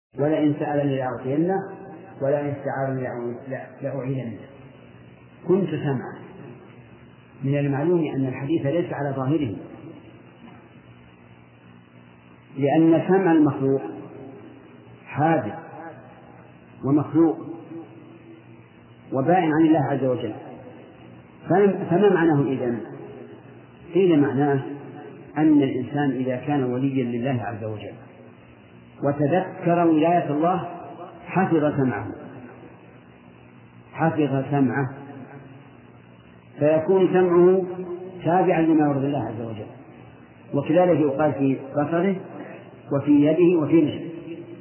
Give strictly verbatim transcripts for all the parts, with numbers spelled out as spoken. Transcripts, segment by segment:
ولئن سألني لأعطينه ولئن استعاذني لأعيذنه. كنت سمعا. من المعلوم أن الحديث ليس على ظاهره، لأن سمع المخلوق حادث ومخلوق وبائن عن الله عز وجل. فما معناه إذن؟ قيل معناه أن الإنسان إذا كان وليا لله عز وجل وتذكر ولاية الله حفظ سمعه حفظ سمعه فيكون سمعه تابعا لما يرضي الله عز وجل. وكذلك يقال في بصره وفي يده وفي رجله.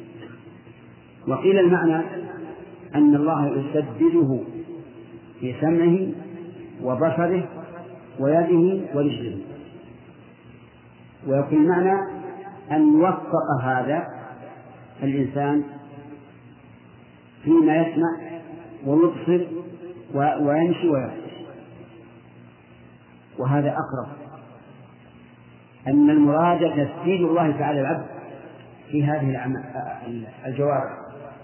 وقيل المعنى أن الله يسدده في سمعه وبصره ويده ورجله. ويكون المعنى أن يوفق هذا الإنسان فيما يسمع ويبصر ويمشي ويبصر. وهذا أقرب أن المراد تسديد الله تعالى العبد في هذه الجوارح.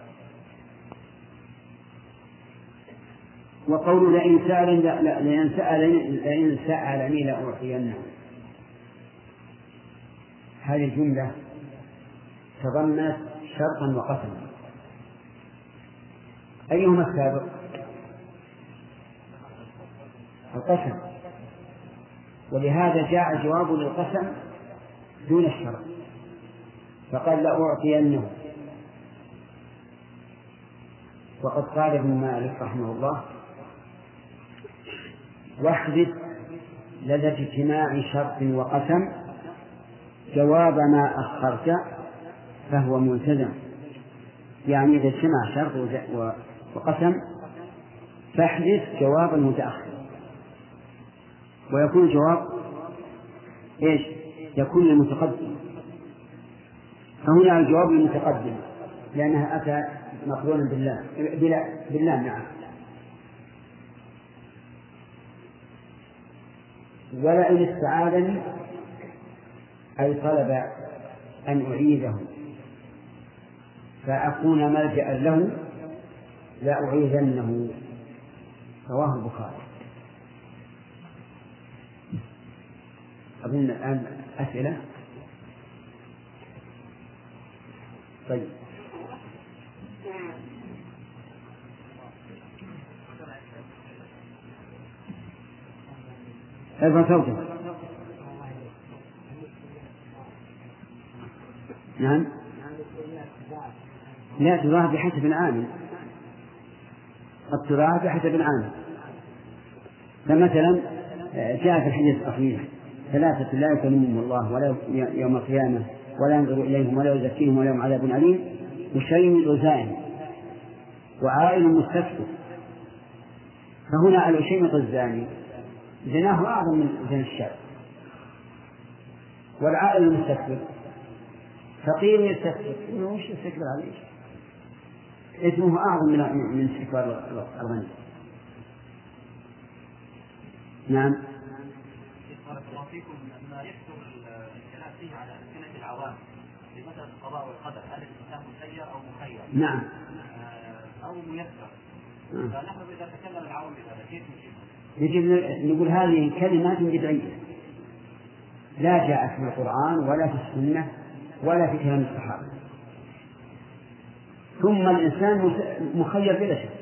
وقول لئن سألني سألني لأعطينه، هذه الجملة تضمنت شرطا وقسما، أيهما السابق؟ القسم، ولهذا جاء الجواب للقسم دون الشرط، فقال لأعطينه. وقد قال ابن مالك رحمه الله: واحذف لدى اجتماع شرط وقسم جواب ما أخرت فهو ملتزم. يعني إذا اجتمع شرط وقسم فاحذف جواب المتأخر، ويكون الجواب إيش؟ يكون المتقدم. فهنا الجواب المتقدم لأنها أتى مقرونا بالله بلا بالله نعم. ولئن استعاذني أي طلب أن أعيذه فأكون ملجأ له لأعيذنه. رواه البخاري. أظن الآن أسئلة. طيب ارفع صوتك. نعم، لا تضاهى بحسب العامل، التضاهى بحسب العامل. فمثلا جاء في الحديث الأخير: ثلاثة لا يكلمهم الله ولا يوم القيامة ولا ينظر إليهم ولا يزكيهم ولهم عذاب أليم وشيم زائم وعائل مستكبر. فهنا الشيم الزاني زناه أعظم من زنا الشاب، والعائل المستكبر فقير يستكبر، وش يستكبر عليه؟ اسمه أعظم من من استكبار الغني. نعم. ما يكثر الكلام فيه على أسئلة العوام في مسألة القضاء والقدر، هل الإنسان مسير أو مخير؟ نعم. أو ميسر؟ فنحن إذا تكلم العوام بهذا كيف نجيب؟ يجب نقول هذه كلمات بدعية لا جاءت في القرآن ولا في السنة ولا في كلام الصحابة. ثم الإنسان مخير بلا شك.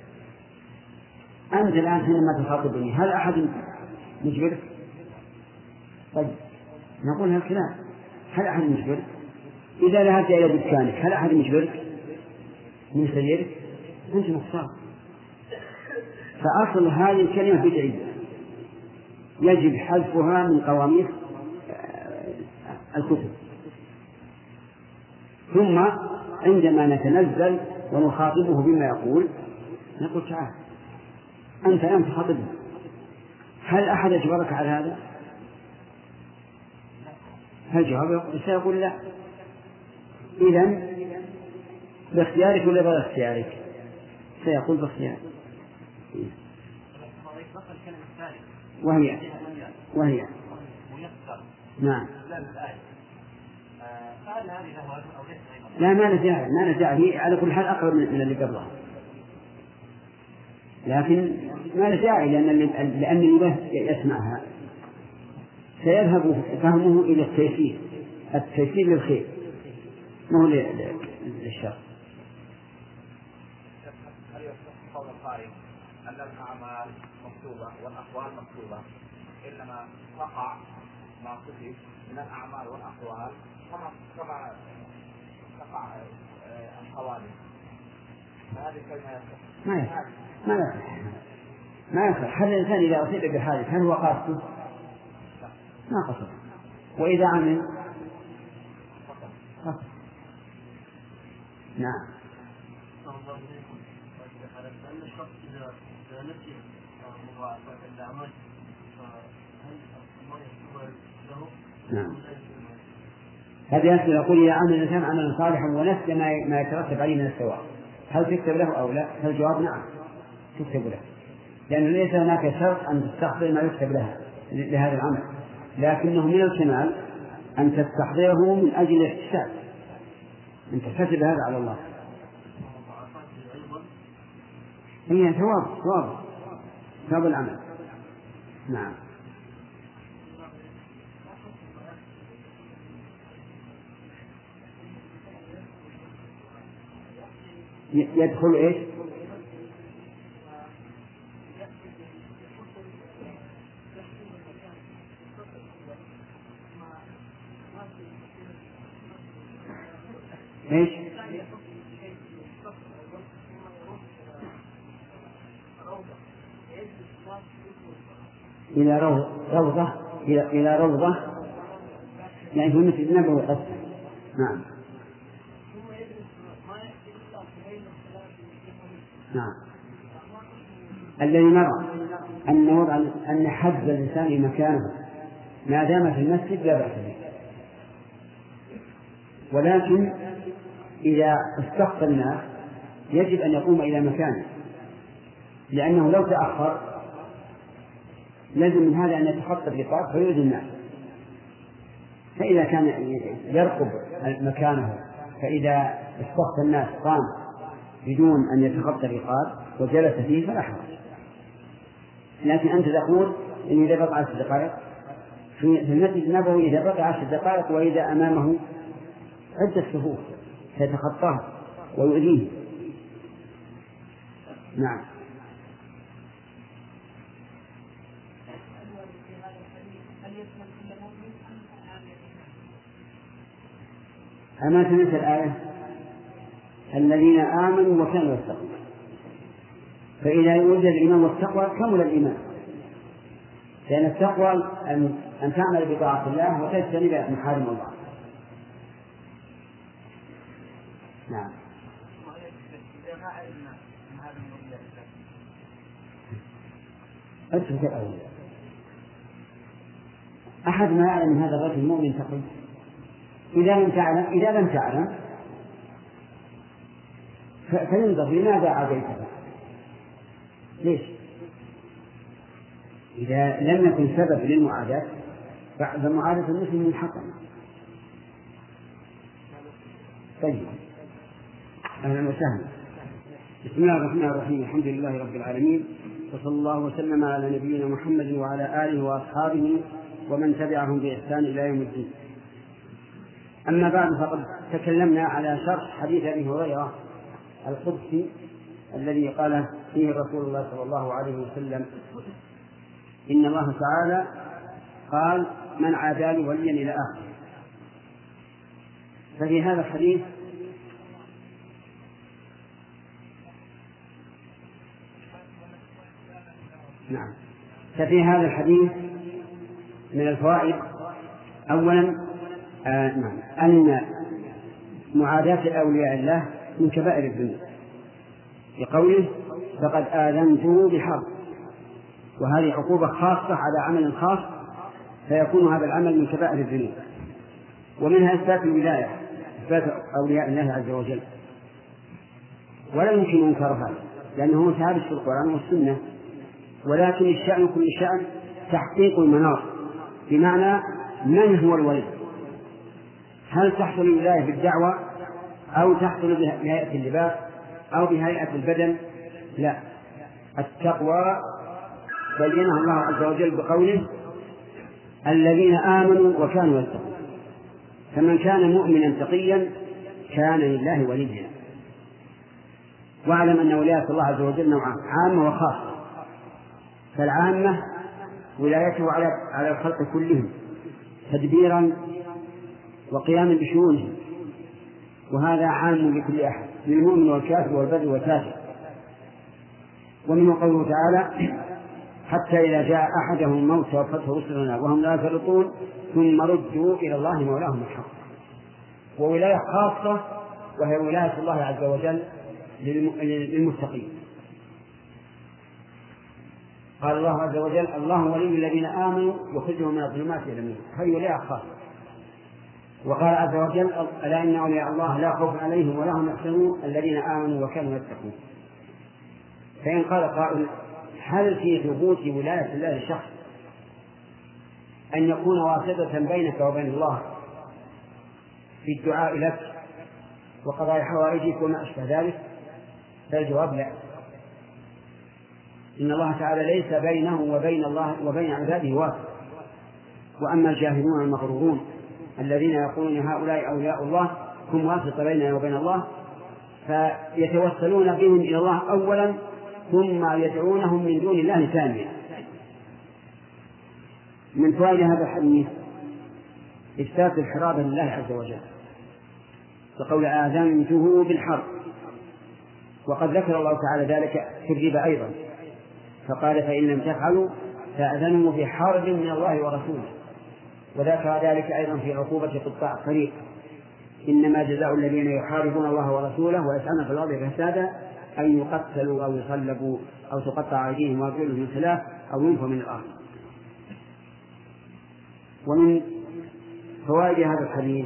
أنت الآن حينما تخاطبني هل أحد يجبرك؟ طيب نقول هالكلام، هل أحد يجبرك؟ إذا ذهبت إلى دكانك هل أحد يجبرك من سيرك؟ أنت مختار. فأصل هذه الكلمة بدعية يجب حذفها من قواميس الكتب. ثم عندما نتنزل ونخاطبه بما يقول نقول: تعال أنت الآن تخاطبه، هل أحد أجبرك على هذا؟ هل جواب سيقول لا. إذن باختيارك ولا بغير اختيارك؟ سيقول باختيارك. وهي وهي نعم. فهل هذه له أو ليس أيضا؟ لا ما نزاع ما نزاع هي على كل حال أقرب من اللي قبلها، لكن ما نزاع لأن اللي لأن اللي يسمعها سيذهب فهمه إلى التيسير، التيسير للخير مو للشر. هل يصح قول القائل أن الأعمال مكتوبة والأقوال مكتوبة، إنما وقع ما كتب من الأعمال والأقوال كما كما تقع الحوادث، فهذه كلمة ما يصح ما يصح ما يصح. هل الإنسان إذا أصيب بحادث هل هو قاصد؟ ما قصد. وإذا عمل قصد. نعم. أن الشخص إذا نسي مضاعفات الأعمال فهل الله يكتب له؟ نعم. هذه أسئلة يقول إذا عمل الإنسان عملا صالحا ونسي ما يترتب عليه من الثواب هل تكتب له أو لا؟ فالجواب نعم تكتب له، لأنه ليس هناك شرط أن تستحضر ما يكتب لها لهذا العمل، لكنه من الكمال أن تستحضره من أجل الاحتساب، أن تحتسب هذا على الله. هي ثواب ثواب ثواب العمل. نعم. يدخل إيش؟ إيش؟ إلى روضة إلى إلى روضة يعني في المسجد النبوي قصة. نعم. نعم. الذي نرى أن وضع أن حد الإنسان مكانه ما دام في المسجد لا بأس به، ولكن إذا استخف الناس يجب أن يقوم إلى مكانه، لأنه لو تأخر لازم من هذا أن يتخطى الرقاب فيؤذي الناس، فإذا كان يرقب مكانه فإذا استخف الناس قام بدون أن يتخطى الرقاب وجلس فيه فلا حرج. لكن أنت تقول إن إذا بقى عشر دقائق في المسجد النبوي إذا بقى عشر دقائق وإذا أمامه عدة صفوف سيتخطاها ويؤذيه. نعم. أما سمعت الآية الذين آمنوا وكانوا يتقون، فإذا وجد الإيمان والتقوى كمل الإيمان، لأن التقوى أن تعمل بطاعة الله وتجتنب محارم الله. نعم. أترك الأول. أحد ما يعلم من هذا الرجل المؤمن تقي، إذا لم تعلم إذا لم تعلم فينظر لماذا عاديته؟ ليش؟ إذا لم يكن سبب للمعاداة فمعاداة المسلم من حقا. طيب. أهلا وسهلا. بسم الله الرحمن الرحيم. الحمد لله رب العالمين، وصلى الله وسلم على نبينا محمد وعلى آله وأصحابه ومن تبعهم بإحسان إلى يوم الدين. أما بعد، فقد تكلمنا على شرح حديث أبي هريرة القدسي الذي قال فيه رسول الله صلى الله عليه وسلم: إن الله تعالى قال: من عادى لي وليا إلى آخره. ففي هذا الحديث نعم ففي هذا الحديث من الفوائد أولا آه نعم أن معاداة أولياء الله من كبائر الذنوب، لقوله: فقد آذنته بحرب، وهذه عقوبة خاصة على عمل خاص، فيكون هذا العمل من كبائر الذنوب. ومنها إثبات الولاية، إثبات أولياء الله عز وجل، ولا يمكن أنكر هذا لأنه ثابت في القرآن والسنة. ولكن الشأن كل شأن تحقيق المناط، بمعنى من هو الولي؟ هل تحصل الولاية بالدعوة أو تحصل بهيئة اللباس أو بهيئة البدن، لا، التقوى بينها الله عز وجل بقوله الذين آمنوا وكانوا يتقون. فمن كان مؤمنا تقيا كان لله وليا. واعلم أن ولاية الله عز وجل نوعان، عامة وخاصة. فالعامة ولايته على على الخلق كلهم تدبيرا وقياما بشؤونهم، وهذا عام لكل أحد، للمؤمن والكافر والبدو والكافر. ومنه قوله تعالى حتى إذا جاء أحدهم الموت توفته رسلنا وهم لا يفرطون ثم ردوا إلى الله مولاهم الحق. وولاية خاصة وهي ولاية الله عز وجل للمتقين. قال الله عز وجل الله ولي الذين آمنوا يخرجهم من الظلمات إلى النور، هذه ولاية خاصة. وقال عز وجل ألا إن أولياء الله لا خوف عليهم ولا هم يحزنون الذين آمنوا وكانوا يتقون. فإن قال قائل هل في ثبوت ولاية الله للشخص أن يكون واسطة بينك وبين الله في الدعاء لك وقضاء حوائجك وما أشبه ذلك؟ فالجواب لا. إن الله تعالى ليس بينه وبين الله وبين عباده واسطة. وأما الجاهلون المغرورون الذين يقولون هؤلاء أولياء الله هم واسطة بيننا وبين الله، فيتوسلون بهم إلى الله أولا ثم يدعونهم من دون الله ثانيا. من فوائد هذا الحديث إثبات الحرابة لله عز وجل، وقول آذنته بالحرب. وقد ذكر الله تعالى ذلك في الربا أيضا، فقال فإن لم تفعلوا فأذنوا بحرب من الله ورسوله. وذكر ذلك أيضا في عقوبة قطاع الطريق إنما جزاء الذين يحاربون الله ورسوله ويسعون في الأرض فسادا أن يقتلوا أو يصلبوا أو تقطع أيديهم وأرجلهم من خلاف أو ينفوا من الأرض. ومن فوائد هذا الحديث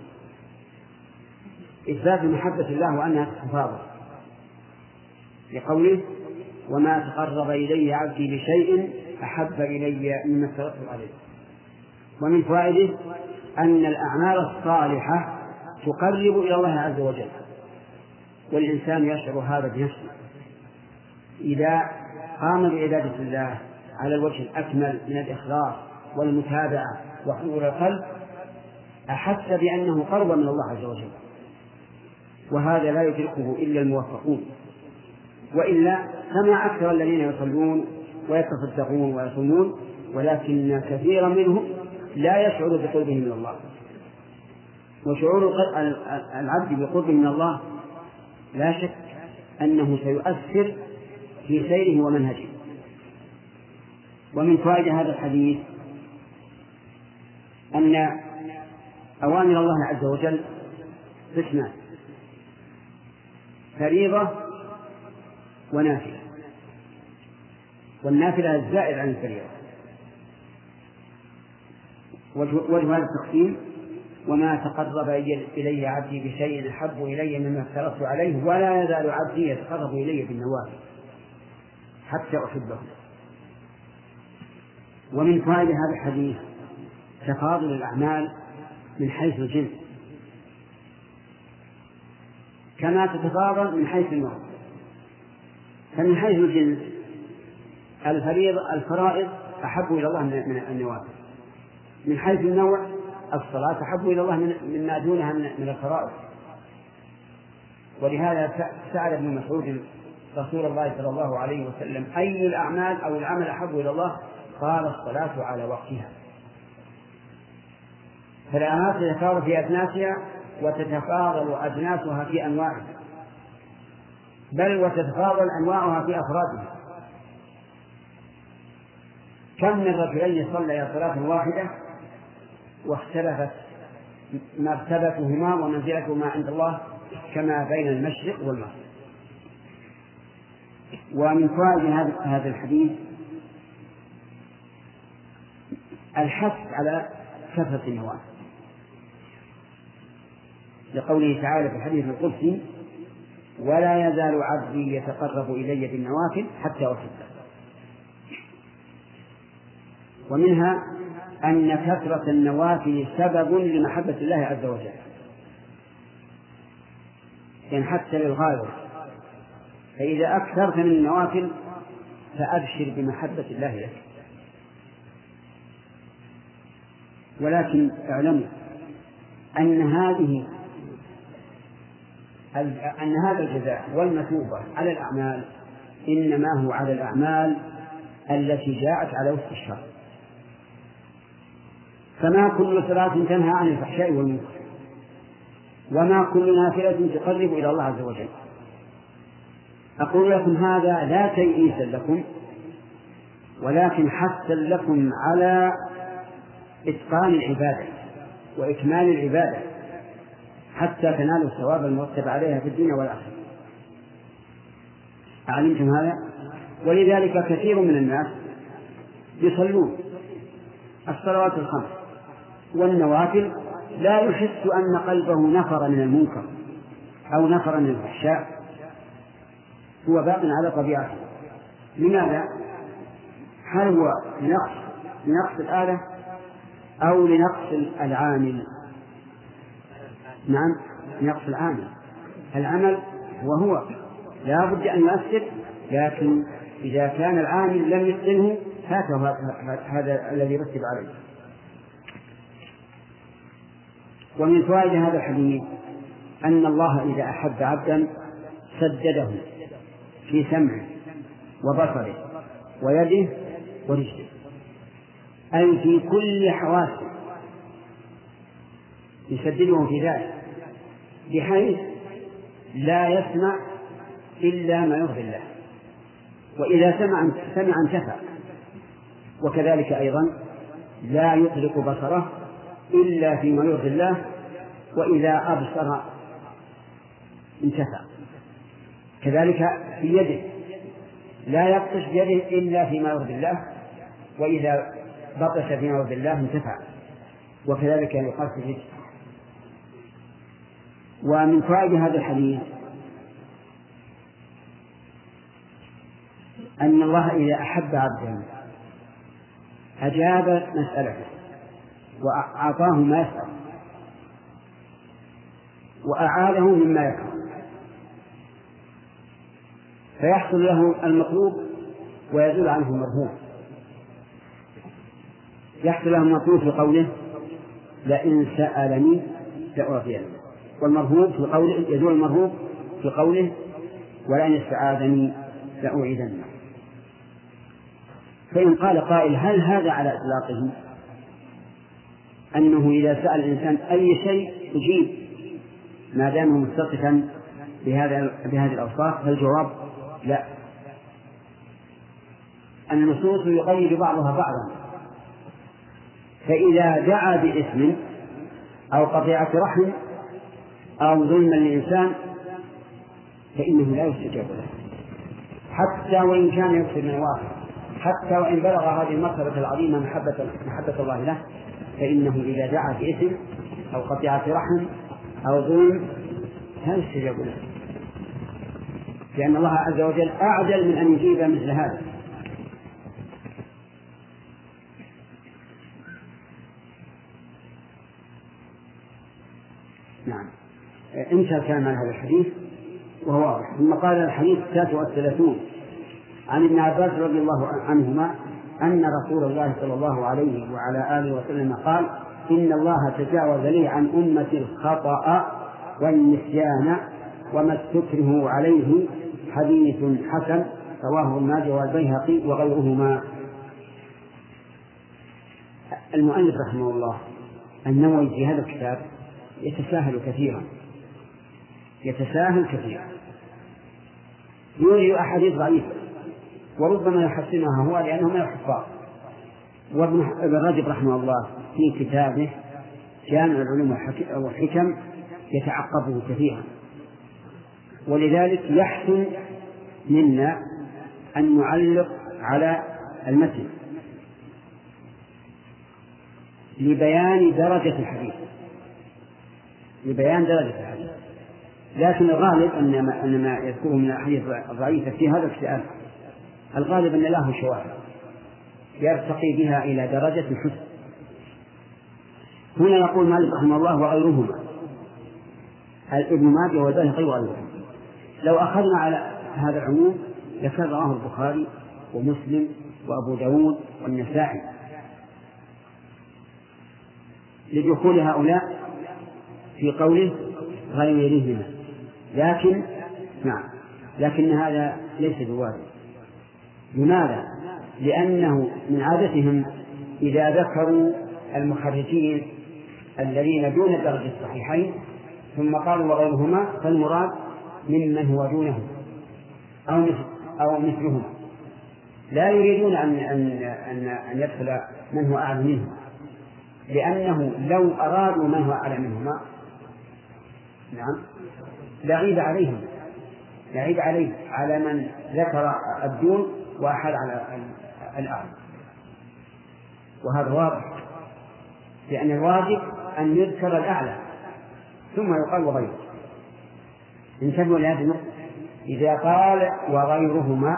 إثبات محبة الله وأنها تتفاضل، لقوله وما تقرب إلي عبدي بشيء أحب إلي مما افترضته عليه. ومن فوائده أن الأعمال الصالحة تقرب إلى الله عز وجل، والإنسان يشعر هذا بنفسه إذا قام بعبادة الله على الوجه الأكمل من الإخلاص والمتابعة وحضور القلب أحس بأنه قرب من الله عز وجل. وهذا لا يدركه إلا الموفقون، وإلا فما أكثر الذين يصلون ويتصدقون ويصومون، ولكن كثيرا منهم لا يشعر بقربه من الله. وشعور العبد بقربه من الله لا شك أنه سيؤثر في سيره ومنهجه. ومن فوائد هذا الحديث أن أوامر الله عز وجل قسمان: فريضة ونافلة، والنافلة الزائد عن الفريضة. وجه هذا التقسيم وما تقرب إلي عبدي بشيء أحب إلي مما افترضت عليه ولا يزال عبدي يتقرب إلي بالنوافل حتى أحبه. ومن فوائد هذا الحديث تفاضل الأعمال من حيث الجنس كما تتفاضل من حيث النوع. فمن حيث الجنس الفريضة الفرائض أحب إلى الله من النوافل، من حيث النوع الصلاة أحب إلى الله من ما دونها من الفرائض. ولهذا سأل ابن مسعود رسول الله صلى الله عليه وسلم أي الأعمال أو العمل أحب إلى الله؟ قال الصلاة على وقتها. فالأعمال تتفاضل في أجناسها وتتفاضل أجناسها في أنواعها، بل وتتفاضل أنواعها في أفرادها. كم من رجلين صليا صلاة واحدة واختلفت مرتبتهما ومنزلتهما عند الله كما بين المشرق والمغرب. ومن فوائد هذا الحديث الحث على كثرة النوافل، لقوله تعالى في الحديث القدسي ولا يزال عبدي يتقرب إلي بالنوافل حتى أحبه. ومنها أن كثرة النوافل سبب لمحبة الله عز وجل، يعني حتى للغاية. فإذا أكثرت من النوافل فأبشر بمحبة الله لك. ولكن اعلموا أن هذه أن هذا الجزاء والمثوبة على الأعمال إنما هو على الأعمال التي جاءت على وفق الشرع. فما كل صلاة تنهى عن الفحشاء والمنكر، وما كل نافلة تقرب إلى الله عز وجل. أقول لكم هذا لا تيئيسا لكم، ولكن حثا لكم على إتقان العبادة وإكمال العبادة حتى تنالوا الثواب المرتب عليها في الدنيا والآخرة. أعلمتم هذا؟ ولذلك كثير من الناس يصلون الصلوات الخمس والنوافل لا يحس أن قلبه نفر من المنكر أو نفر من الفحشاء، هو باق على طبيعته. لماذا؟ هل هو لنقص لنقص الآلة أو لنقص العامل؟ نعم، لنقص العامل. العمل وهو لا بد أن يؤثر، لكن إذا كان العامل لم يتقنه فاته هذا الذي رتب عليه. ومن فوائد هذا الحديث أن الله إذا أحب عبدا سدده في سمعه وبصره ويده ورجله، أي في كل حواسه يسدده في ذلك، بحيث لا يسمع إلا ما يرضي الله، وإذا سمع سمع انتفع. وكذلك أيضا لا يطلق بصره إلا فيما يرضي الله، وإذا أبصر انتفع. كذلك في يده لا يبطش بيده إلا فيما يرضي الله، وإذا بطش فيما يرضي الله انتفع. وكذلك يقال في الرجل. ومن فوائد هذا الحديث أن الله إذا أحب عبدا أجاب مسألته وأعطاه ما يسأل وأعاده مما يكره، فيحصل له المطلوب ويزول عنه المرهوب. يحصل له المطلوب في قوله لئن سألني لأعطينه، والمرهوب في قوله يزول المرهوب في قوله ولئن استعاذني لأعيذنه. فإن قال قائل هل هذا على إطلاقه أنه إذا سأل الإنسان أي شيء يجيب ما دام متصفا بهذا بهذه الأوصاف؟ فالجواب لا. النصوص يقيد بعضها بعضا، فإذا دعا بإثم أو قطيعة رحم أو ظلم للإنسان فإنه لا يستجاب له، حتى وإن كان يكثر من الواقع، حتى وإن بلغ هذه المرتبة العظيمة محبة محبة الله له، فإنه إذا دعا بإثم أو قطيعة رحم أو ظلم لا يستجاب له، لأن الله عز وجل أعجل من أن يجيب مثل هذا. نعم، انتهى الكلام عن هذا الحديث وهو واضح. ثم قال الحديث التاسع والثلاثون عن ابن عباس رضي الله عنهما أن رسول الله صلى الله عليه وعلى آله وسلم قال إن الله تجاوز لي عن أمتي الخطأ والنسيان وما استكره عليه، حديث حسن رواه ابن ماجه والبيهقي وغيرهما. المؤلف رحمه الله النووي في هذا الكتاب يتساهل كثيرا يتساهل كثيرا يوري أحاديث ضعيفة وربما يحسنها هو لأنه ما يحفظ. وابن رجب رحمه الله في كتابه جامع العلوم والحكم يتعقبه كثيرا، ولذلك يحسن منا أن نعلق على المتن لبيان درجة الحديث لبيان درجة الحديث لكن الغالب أن ما يذكره من الأحاديث الضعيفة في هذا الكتاب الغالب أن له شواهد يرتقي بها إلى درجة الحسن. هنا يقول مالك رحمه الله وغيرهما، ابن ماجه والبيهقي وغيرهم. لو أخذنا على هذا العموم لكان رواه البخاري ومسلم وأبو داود والنسائي لدخول هؤلاء في قوله غيرهما، لكن نعم لكن هذا ليس بوارد. لماذا؟ لأنه من عادتهم إذا ذكروا المخرجين الذين دون درجة الصحيحين ثم قالوا وغيرهما فالمراد ممن هو دونه أو مثل أو مثلهم، لا يريدون أن أن أن, أن يدخل من هو أعلى منهم، لأنه لو أرادوا من هو أعلى منهما نعم لعيب عليهم لعيب عليه على من ذكر الدون وأحد على الأعلى، وهذا واضح، لأن الواجب أن يذكر الأعلى ثم يقال وغيره. انتبهوا لهذه النقطة، إذا قال وغيرهما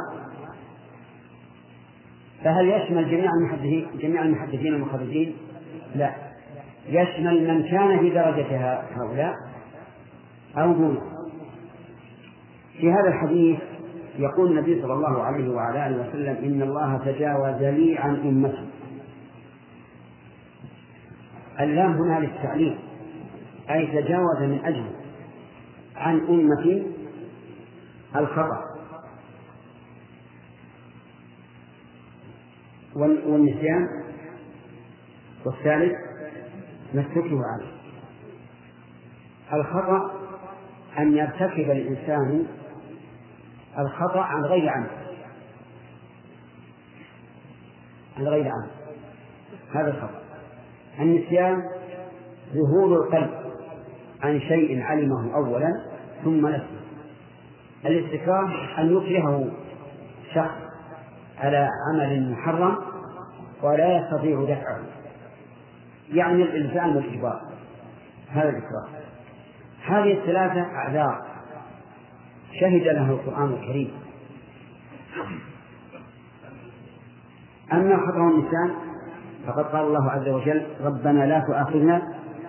فهل يشمل جميع المحدثين جميع المحدثين المخرجين؟ لا، يشمل من كان في درجة هؤلاء أو دونه. في هذا الحديث يقول النبي صلى الله عليه وعلى آله وسلم إن الله تجاوز لي عن أمتي. اللام هنا للتعليم، أي تجاوز من أجل عن أمتي الخطأ والنسيان، والثالث ما استكره عليه. الخطأ أن يرتكب الإنسان الخطأ عن غير عمد عن غير عمد هذا الخطأ. النسيان ذهول القلب عن شيء علمه أولا ثم نسيه. الاستكراه أن يكرهه شخص على عمل محرم ولا يستطيع دفعه، يعني الإلزام والإجبار، هذا الإكراه. هذه الثلاثة أعذار شهد له القرآن الكريم. أما خطأ النسيان فقد قال الله عز وجل ربنا لا تؤاخذنا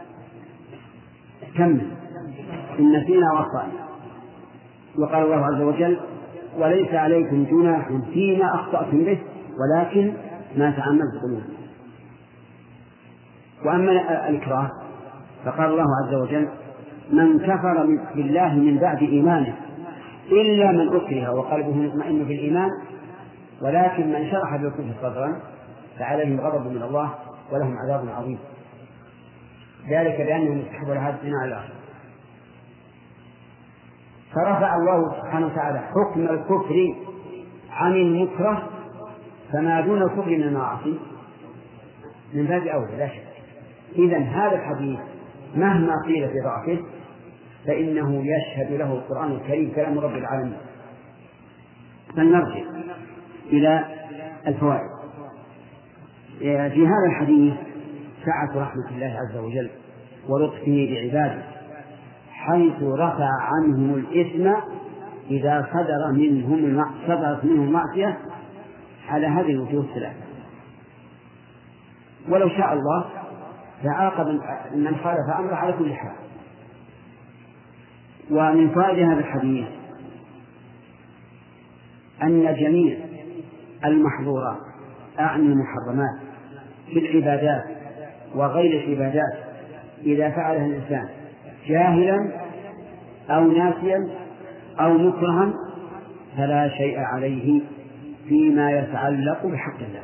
كم إن نسينا وأخطأنا، وقال الله عز وجل وليس عليكم جناح فيما أخطأتم به ولكن ما تعمدت قلوبكم. وأما الإكراه فقال الله عز وجل من كفر بالله من بعد إيمانه إلا من أكره وقلبه مطمئن بالإيمان ولكن من شرح بالكفر صدرا فعليهم غضب من الله ولهم عذاب عظيم، ذلك بأنهم يستحبوا هذا الدين على الآخر. فرفع الله سبحانه وتعالى حكم الكفر عن المكره، فما دون الكفر من المعاصي من باب أولى لا شك. إذن هذا الحديث مهما قيل في ضعفه فإنه يشهد له القرآن الكريم كلام رب العالمين. فلنرجع إلى الفوائد. في هذا الحديث سعة رحمة الله عز وجل ولطفه بعباده، حيث رفع عنهم الإثم إذا صدر منهم صدرت منهم معصية على هذه الوجوه الثلاثة. ولو شاء الله لعاقب من خالف أمره على كل حال. ومن فوائد هذا الحديث أن جميع المحظورات أعني المحرمات في العبادات وغير العبادات إذا فعلها الإنسان جاهلا أو ناسيا أو مكرها فلا شيء عليه فيما يتعلق بحق الله.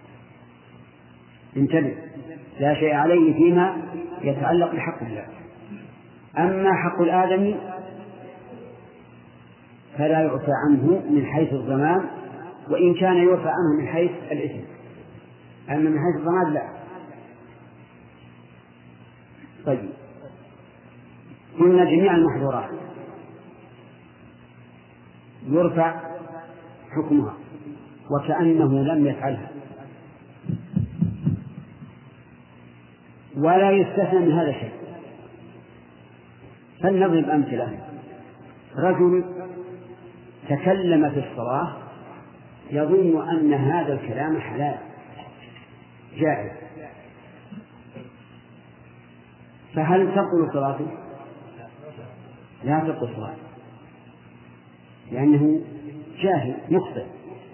انتبه، لا شيء عليه فيما يتعلق بحق الله. أما حق الآدمي فلا يعفى عنه من حيث الضمان، وإن كان يعفى عنه من حيث الإثم، أما من حيث الضمان لا. طيب، قلنا جميع المحظورات يرفع حكمها وكأنه لم يفعلها، ولا يستثنى من هذا شيء. فلنضرب أمثلة. رجل تكلم في الصلاة يظن أن هذا الكلام حلال جائز، فهل تبطل صلاته؟ لا تبطل صلاته لأنه جاهل مخطئ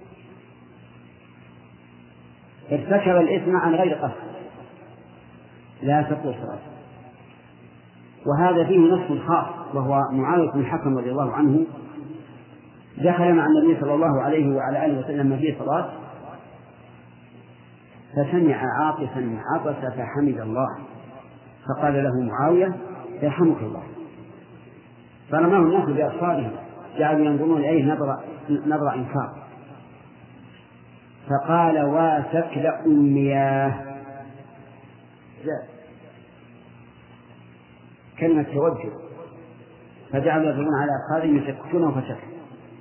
ارتكب الإثم عن غير قصد، لا تبطل صلاته. وهذا فيه نص خاص، وهو معاوية بن الحكم رضي الله عنه دخل مع النبي صلى الله عليه وعلى آله وسلم في صلاة فسمع عاطفا عطس فحمد الله، فقال له معاوية يرحمك الله، فرماه الناس بأبصارهم جعلوا ينظرون إليه نظر نظر إنكار، فقال واسكلأ المياه، كلمة توجه، فجعلوا يضربون على أبصارهم يسكتونه فسكت.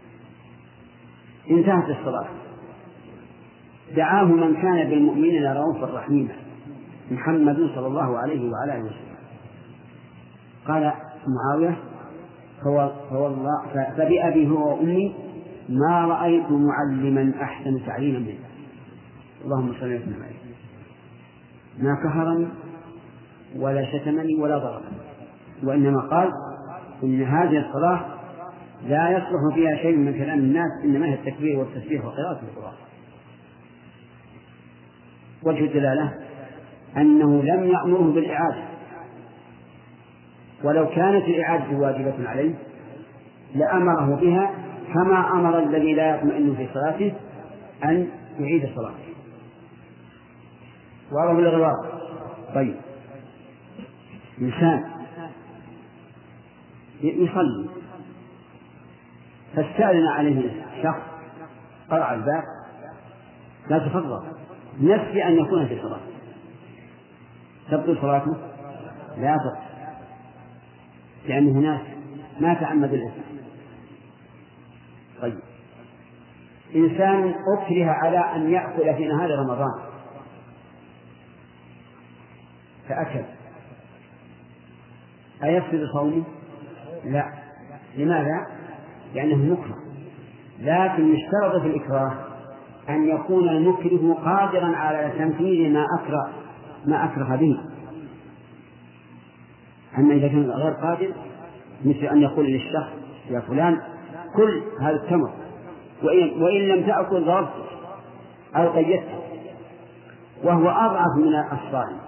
انتهت الصلاة. دعاه من كان بالمؤمنين رؤوفا رحيما محمد صلى الله عليه وعلى آله وسلم. قال معاوية فوالله فبأبي هو وأمي ما رأيت معلما أحسن تعليما منه، اللهم صل وسلم عليه، ما كهرني ولا شتمني ولا ضربني، وإنما قال إن هذه الصلاة لا يصلح فيها شيء من كلام الناس، إنما هي التكبير والتسبيح وقراءة القرآن. وجه الدلالة أنه لم يأمره بالإعادة، ولو كانت الإعادة واجبة عليه لأمره بها كما أمر الذي لا يطمئن في صلاته أن يعيد صلاته. وأمر بالغضب. طيب، إنسان يصلي فاستأذن عليه شخص قرع الباب، لا تفضل نفسي أن يكون في صلاة، تبطل صلاته؟ لا تبطل، لأن هناك ما تعمد الإثم. طيب، إنسان أكره على أن يأكل في نهار رمضان فأكل، أيفسد صومه؟ لا. لماذا؟ لأنه مكره، لكن يشترط في الإكراه أن يكون المكره قادرا على تنفيذ ما أكره ما أكره به. أما إذا كان غير قادر، مثل أن يقول للشخص يا فلان كل هذا التمر وإن, وإن لم تأكل ضربته أو قيدته، وهو أضعف من الصائم.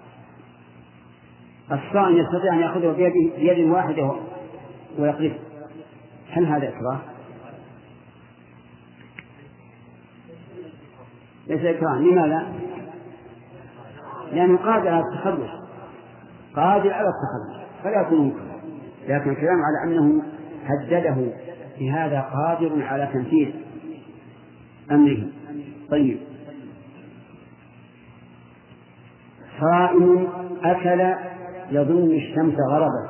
الصائم يستطيع أن يأخذه بيد واحدة ويقذفه، هل هذا إكراه؟ ليس إكراه. لماذا؟ لأنه قادر على التخلص، قادر على التخلص فلا يكون مكرها. لكن الكلام على أنه هدده بهذا قادر على تنفيذ أمره. طيب، صائم أكل يظن الشمس غربت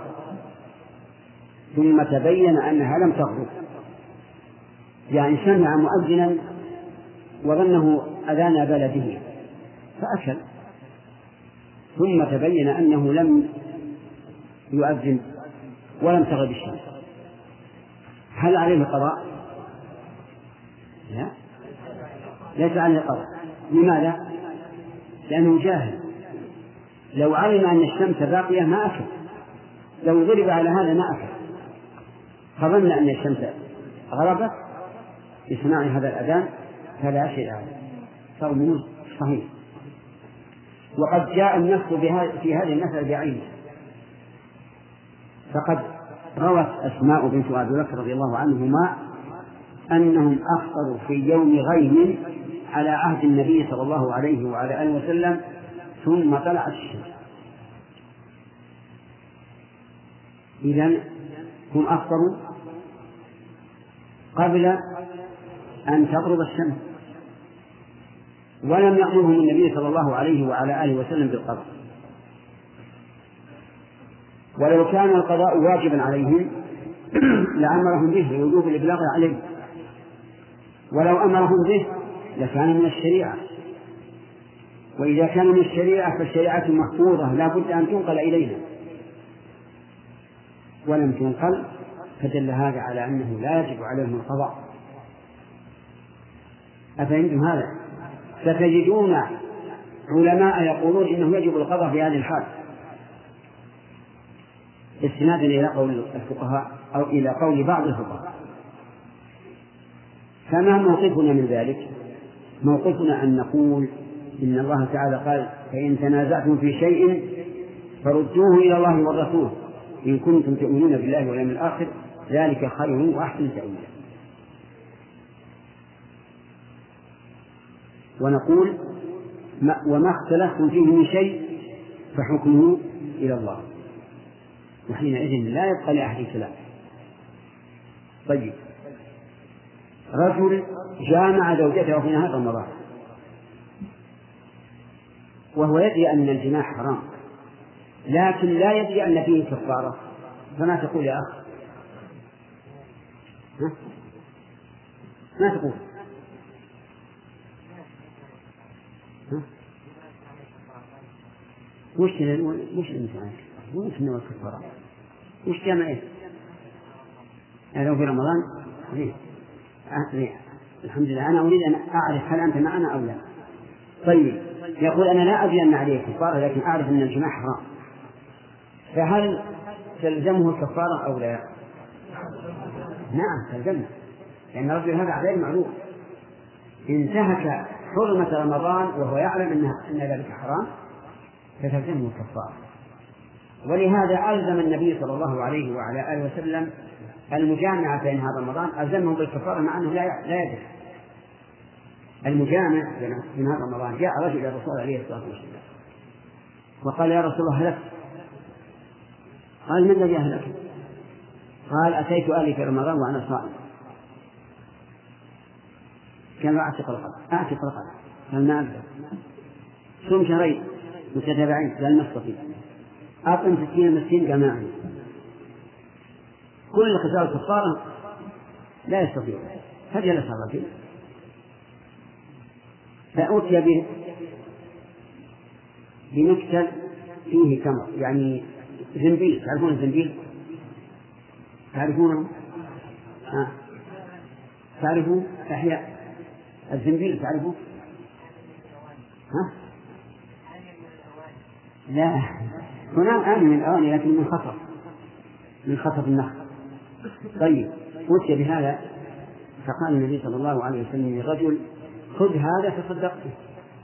ثم تبين أنها لم تغرب، يعني سمع مؤذنا وظنه أذان بلده فأكل، ثم تبين أنه لم يؤذن ولم تغرب الشمس، هل عليه القضاء؟ لا، ليس عليه القضاء. لماذا؟ لأنه جاهل، لو علم أن الشمس باقية ما أكل، لو ضرب على هذا ما أكل، فظن أن الشمس غربت بسماع هذا الأذان فلا شيء عليه، صومه صحيح. وقد جاء النص في هذه المسألة بعينه، فقد روت أسماء بنت أبي بكر رضي الله عنهما أنهم أفطروا في يوم غيم على عهد النبي صلى الله عليه وعلى آله وسلم ثم طلعت الشمس. إذن هم أفطروا قبل أن تغرب الشمس، ولم يأمرهم النبي صلى الله عليه وعلى آله وسلم بالقضاء. ولو كان القضاء واجبا عليهم لأمرهم به لوجوب الإبلاغ عليه، ولو أمرهم به لكان من الشريعة، وإذا كان من الشريعة فالشريعة محفوظة لا بد أن تنقل إلينا، ولم تنقل، فدل هذا على أنه لا يجب عليهم القضاء. أفهمتم هذا؟ ستجدون علماء يقولون إنه يجب القضاء في هذه الحال، استنادا إلى قول الفقهاء أو إلى قول بعض الفقهاء. فما موقفنا من ذلك؟ موقفنا أن نقول إن الله تعالى قال فإن تنازعتم في شيء فردوه إلى الله والرسول إن كنتم تؤمنون بالله واليوم الآخر ذلك خير وأحسن تأويلا. ونقول وما اختلفتم فيه من شيء فحكمه إلى الله، وحينئذ لا يبقى لأحد كلام. طيب، رجل جامع زوجته في نهار رمضان وهو يدري أن الجماع حرام لكن لا يدري أن فيه كفارة، فما تقول يا أخ؟ ها؟ ما تقول؟ ها؟ وش وش الإنسان؟ وش نوع الكفارة؟ وش جمع إيه؟ هذا في رمضان؟ ليه؟ الحمد لله. أنا أريد أن أعرف هل أنت معنا أو لا. طيب، يقول أنا لا أدري أن عليه كفارة لكن أعرف أن الجماع حرام، فهل تلزمه الكفارة أو لا؟ نعم تلزمه، لأن الرجل هذا غير معروف انتهك حرمة رمضان وهو يعلم أن ذلك حرام فتلزمه الكفارة. ولهذا ألزم النبي صلى الله عليه وعلى آله وسلم المجامع في نهار رمضان، ألزمه بالكفارة مع أنه لا يدري. المجامع في نهار رمضان جاء رجل إلى الرسول عليه الصلاة والسلام وقال يا رسول الله هلكت. قال من الذي أهلك؟ قال أتيت أهلي في رمضان وأنا صائم. كان أعتق رقبة أعتق رقبة قال ما أقدر. صوم شهرين متتابعين قال ما أستطيع. أطعم ستين مسكين قال ما أعلم. كل خسارة الكفارة لا يستطيع. فجلس الرجل فأتي به بمكتل فيه تمر، يعني زنبيل. تعرفون الزنبيل؟ تعرفونه؟ ها؟ تعرفوا أحياء الزنبيل؟ تعرفوا؟ ها؟ لا، هنا آن من الأواني لكن من خطر من خطر النخل. طيب، أتي بهذا فقال النبي صلى الله عليه وسلم للرجل خذ هذا تصدق به.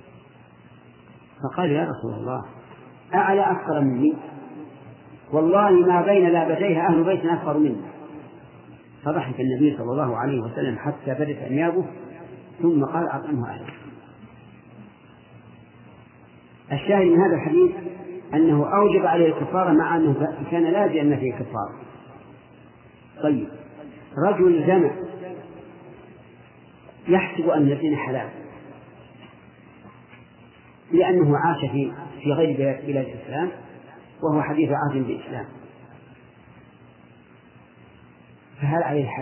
فقال يا رسول الله أعلى أكثر مني؟ والله ما بين لابتيها أهل بيت أكثر مني. فضحك النبي صلى الله عليه وسلم حتى بدت أنيابه ثم قال أطعمه أهله. الشاهد من هذا الحديث أنه أوجب عليه الكفارة مع أنه كان لا يدري أن فيه كفارة. طيب، رجل زنى يحسب أن الزنا حلال لأنه عاش في في غير بلاد الإسلام وهو حديث عهد بالإسلام، فهل عليه حد؟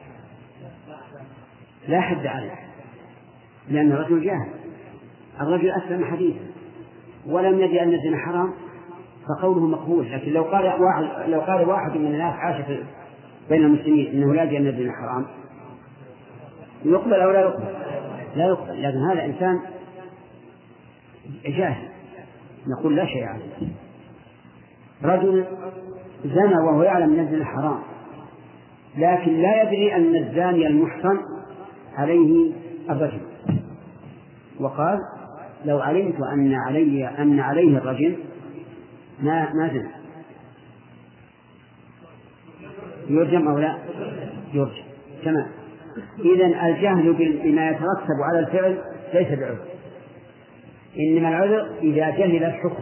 لا حد عليه، لأن الرجل جاهل. الرجل أسلم حديثا ولم يدري أن الزنا حرام فقوله مقبول. لكن لو قال واحد لو قال واحد من الناس عاش بين المسلمين إنه لا يدري أن الزنا حرام يقبل أو لا يقبل؟ لا يقبل. لكن هذا إنسان جاهل نقول لا شيء عليه. رجل زنى وهو يعلم أن الزنا حرام لكن لا يدري أن الزاني المحصن عليه الرجم، وقال لو علمت أن علي أن عليه الرجم ما ما زنى. يرجم أو لا يرجم؟ تمام. إذن الجهل بما يترتب على الفعل ليس بعذر، إنما العذر إذا جهل الحكم.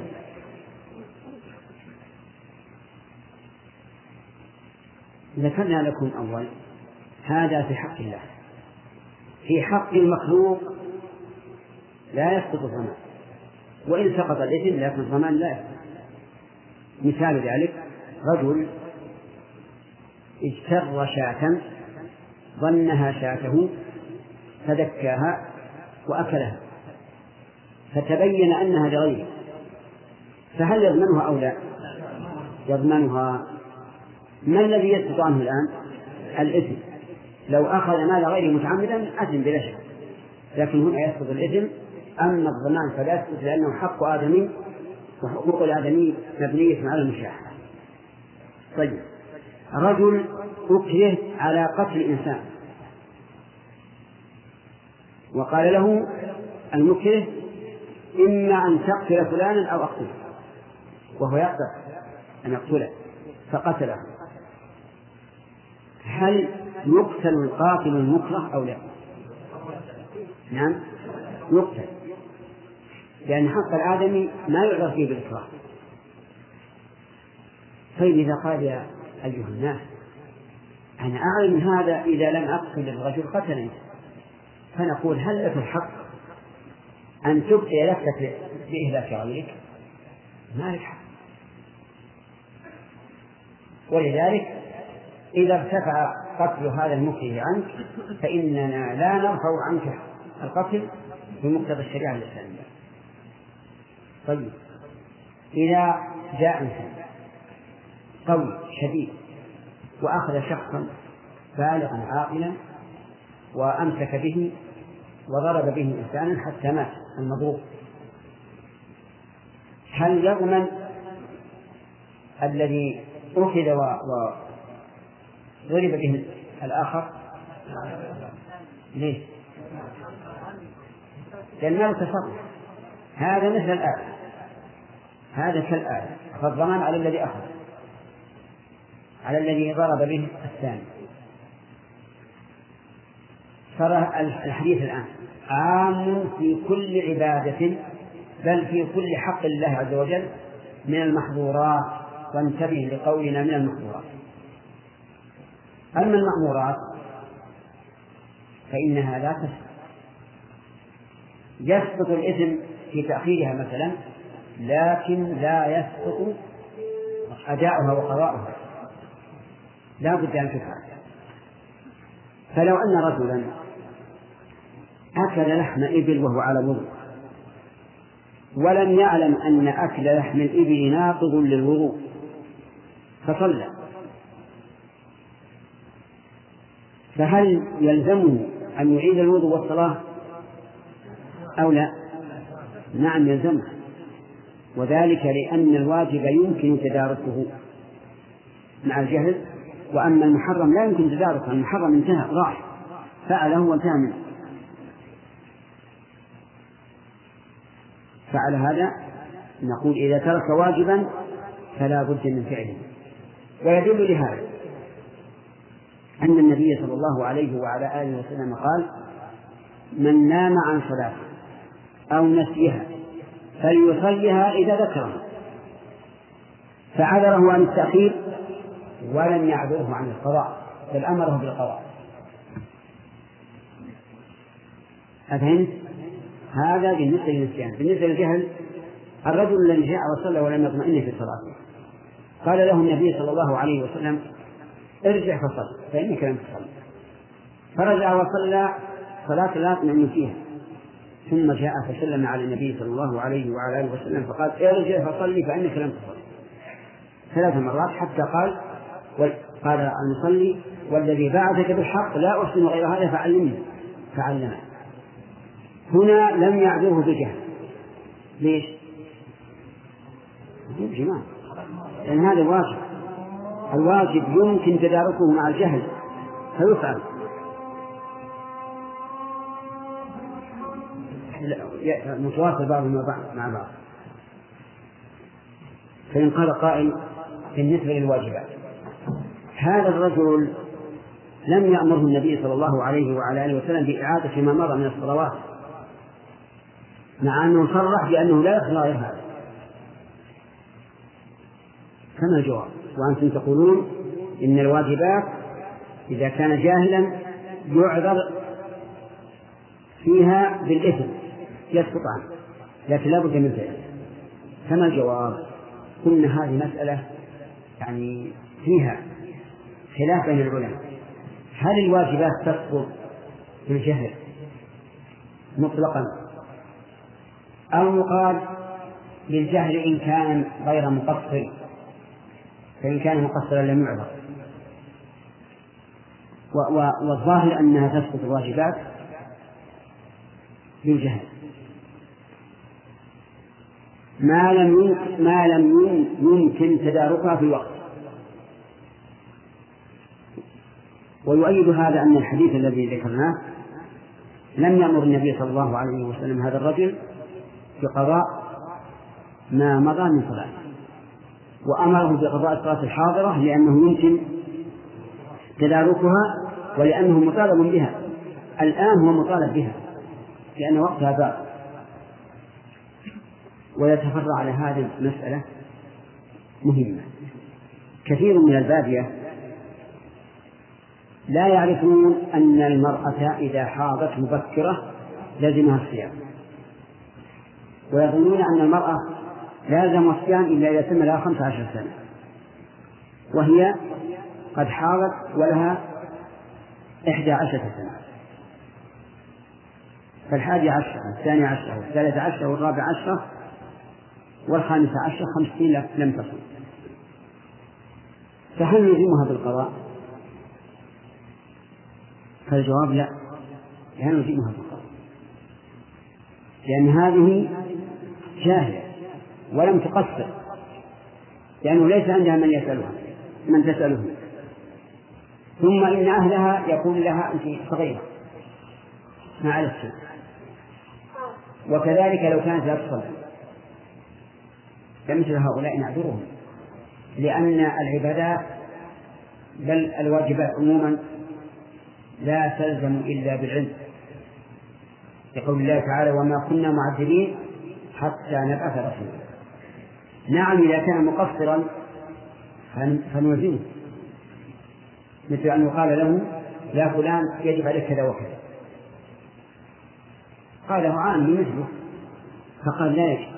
ذكرنا لكم أول هذا في حق الله. في حق المخلوق لا يسقط الضمان، وإن سقط الإثم لكن الضمان لا يسقط. مثال ذلك رجل اجتر شاة ظنها شاته فدكاها وأكلها فتبين أنها لغيره، فهل يضمنها أو لا؟ يضمنها. ما الذي يسقط عنه الآن؟ الإثم. لو أخذ مال غيره متعمدا أثم بلا شك، لكن هنا يسقط الإثم. أما الضمان فلا يسقط لأنه حق آدمي وحقوق الآدمي مبنية على المشاحة. طيب، رجل أكره على قتل إنسان وقال له المكره إما أن تقتل فلانا أو أقتله، وهو يقدر أن يقتله فقتله، هل يقتل القاتل المكره أو لا؟ نعم يقتل، لأن حق الآدمي ما يعذر فيه بالإكراه. طيب إذا قال يا أيها الناس أنا أعلم هذا إذا لم أقتل الرجل قتلني، فنقول هل لك الحق أن تبقي نفسك بإهلاك غيرك؟ ما لك حق. ولذلك إذا ارتفع قتل هذا المكره عنك فإننا لا نرفع عنك القتل بمقتضى الشريعة الإسلامية. طيب، إذا جاء إنسان قوي شديد وأخذ شخصا بالغا عاقلا وأمسك به وضرب به إنسانا حتى مات المضروب، هل يضمن الذي أخذ وضرب به الآخر؟ ليه؟ لأن ما تصرف، هذا مثل الآية، هذا كالآية، فالضمان على الذي أخذ، على الذي ضرب به الثاني. صار الحديث الآن عام في كل عبادة، بل في كل حق الله عز وجل من المحظورات، وانتبه لقولنا من المحظورات. أما المأمورات فإنها لا تسقط، يسقط الإثم في تأخيرها مثلا، لكن لا يسقط أداؤها وقضاؤها، لا بد أن تفعل. فلو أن رجلا أكل لحم إبل وهو على وضوء ولم يعلم أن أكل لحم الإبل ناقض للوضوء فصلى، فهل يلزمه أن يعيد الوضوء والصلاة أو لا؟ نعم يلزمه، وذلك لأن الواجب يمكن تداركه مع الجهل، وأما المحرم لا يمكن تداركه، المحرم انتهى راح فعله وانتهى منه. فعل هذا نقول إذا ترك واجبا فلا بد من فعله. ويدل لهذا أن النبي صلى الله عليه وعلى آله وسلم قال: من نام عن صلاة أو نسيها فليصليها إذا ذكرها، فعذره عن التأخير ولم يعذره عن القضاء، بل أمره بالقضاء. أفهمت؟ هذا بالنسبة للنسيان. بالنسبة للجهل، الرجل الذي جاء وصلى ولم يطمئن في صلاته قال له النبي صلى الله عليه وسلم: ارجع فصل فإنك لم تصل. فرجع وصلى صلاة لا يطمئن فيها، ثم جاء فسلم على النبي صلى الله عليه وعلى آله وسلم فقال: ارجع فصلي فإنك لم تصل، ثلاث مرات، حتى قال قال المصلي: والذي بعثك بالحق لا أحسن غير هذا فعلمني، فعلمه. هنا لم يعذره بجهل. ليش؟ جماعة، لأن هذا واجب، الواجب يمكن تداركه مع الجهل فيفعل. متواصل بعضهم مع بعض. فإن قال قائل بالنسبة للواجبات: هذا الرجل لم يأمره النبي صلى الله عليه وعلى آله وسلم بإعادة ما مضى من الصلوات، مع أنه صرح بأنه لا يخلى غير هذا. كما الجواب؟ وأنتم تقولون إن الواجبات إذا كان جاهلا يعذر فيها بالإثم يسقط عنه، لكن لا بد من فعله. كما الجواب؟ قلنا هذه مسألة يعني فيها خلاف بين العلماء، هل الواجبات تسقط بالجهل مطلقا أو يقال بالجهل إن كان غير مقصر، فإن كان مقصرا لم يعذر؟ والظاهر أنها تسقط الواجبات بالجهل ما لم ما لم يمكن تداركها في الوقت. ويؤيد هذا أن الحديث الذي ذكرناه لم يأمر النبي صلى الله عليه وسلم هذا الرجل بقضاء ما مضى من صلاة، وأمره بقضاء الصلاة الحاضرة لأنه يمكن تداركها ولأنه مطالب بها الآن، هو مطالب بها لأن وقتها باب. ويتفرع على هذه المسألة مهمة. كثير من البادية لا يعرفون أن المرأة إذا حاضت مبكرة لازمها الصيام، ويظنون أن المرأة لازم الصيام إلا إذا تم لها خمس عشر سنة، وهي قد حاضت ولها إحدى عشرة سنة، فالحادي عشر والثاني عشر والثالث عشر والرابع عشر والخامس عشر خمسين لم تصل. فهل نلزمها بالقضاء؟ فالجواب لا، لا نلزمها بالقضاء، لأن هذه جاهلة ولم تقصر، لأنه ليس عندها من يسألها من تسأله. ثم إن أهلها يقول لها أنت صغيرة ما على الشيء، وكذلك لو كانت لا تصلي فمثل هؤلاء نعذرهم، لأن العبادات بل الواجبات عموما لا تلزم إلا بالعلم، يقول الله تعالى وما كنا معذبين حتى نبعث رسولا. نعم إذا كان مقصرا فنلزمه، مثل أن يقال له يا فلان يجب عليك كذا وكذا، قاله عامي مثله فقال لا يجب.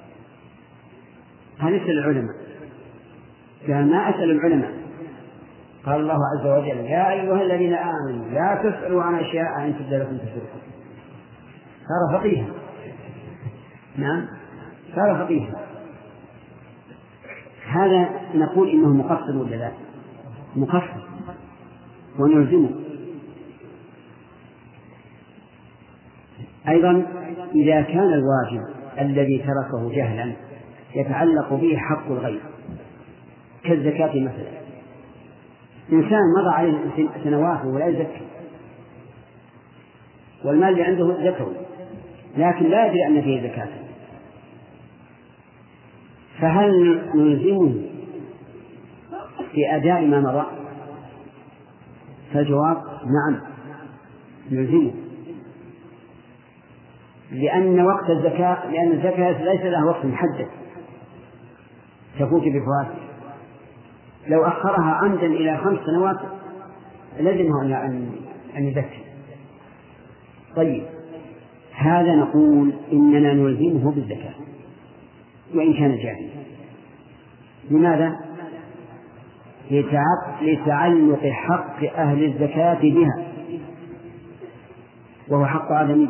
هنسأل العلماء، قال ما أسأل العلماء، قال الله عز وجل يا أيها الذين آمنوا لا تسألوا عن أشياء إن تبد لكم تسؤكم. صار فقيها، نعم صار فقيها. هذا نقول إنه مقصر ولا لا؟ مقصر ونلزمه. أيضا إذا كان الواجب الذي تركه جهلا يتعلق به حق الغير كالزكاة مثلا، إنسان مضى عليه سنوات ولا يزكي والمال اللي عنده زكوي لكن لا يدري أن فيه زكاة، فهل نلزمه في أداء ما مضى؟ فالجواب نعم نلزمه، لأن وقت الزكاة لأن الزكاة ليس لها وقت محدد تفوت بفوات، لو أخرها عمدا إلى خمس سنوات لزمه أن أن يزكي. طيب هذا نقول إننا نلزمه بالزكاة وإن كان جاهلا. لماذا؟ لتعلق حق أهل الزكاة بها وهو حق آدمي،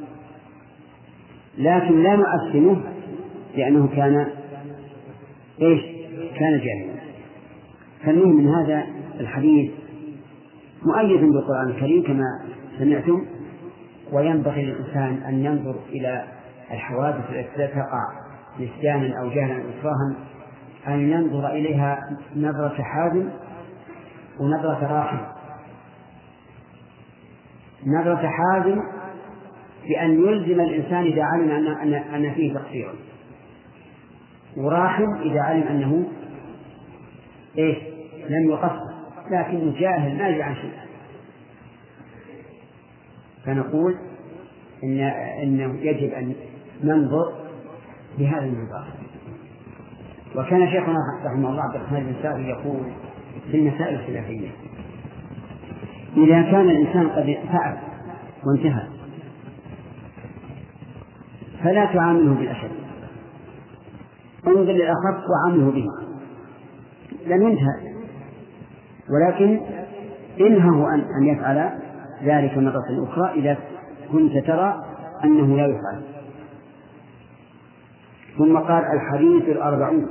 لكن لا نؤثمه لأنه كان إيش؟ كان جاهلا. فالمهم من هذا الحديث مؤيد بالقرآن الكريم كما سمعتم، وينبغي للإنسان أن ينظر إلى الحوادث التي تقع نسيانا أو جهلا أو إكراها أن ينظر إليها نظرة حازم ونظرة راحم. نظرة حازم بأن يلزم الإنسان إذا علم أن أن فيه تقصير، وراحم إذا علم أنه إيش لم يقصر لكنه جاهل ما يدري عن شيء. فنقول إن إنه يجب أن ننظر بهذا المنظار. وكان شيخنا رحمه الله عبد الرحمن بن سعد يقول في المسائل الخلافية إذا كان الإنسان قد فعل وانتهى فلا تعامله بالأشد، انظر للأخف وعامله به لن ينتهى، ولكن انهه أن أن يفعل ذلك مرة أخرى إذا كنت ترى أنه لا يفعل. ثم قال الحديث الأربعون.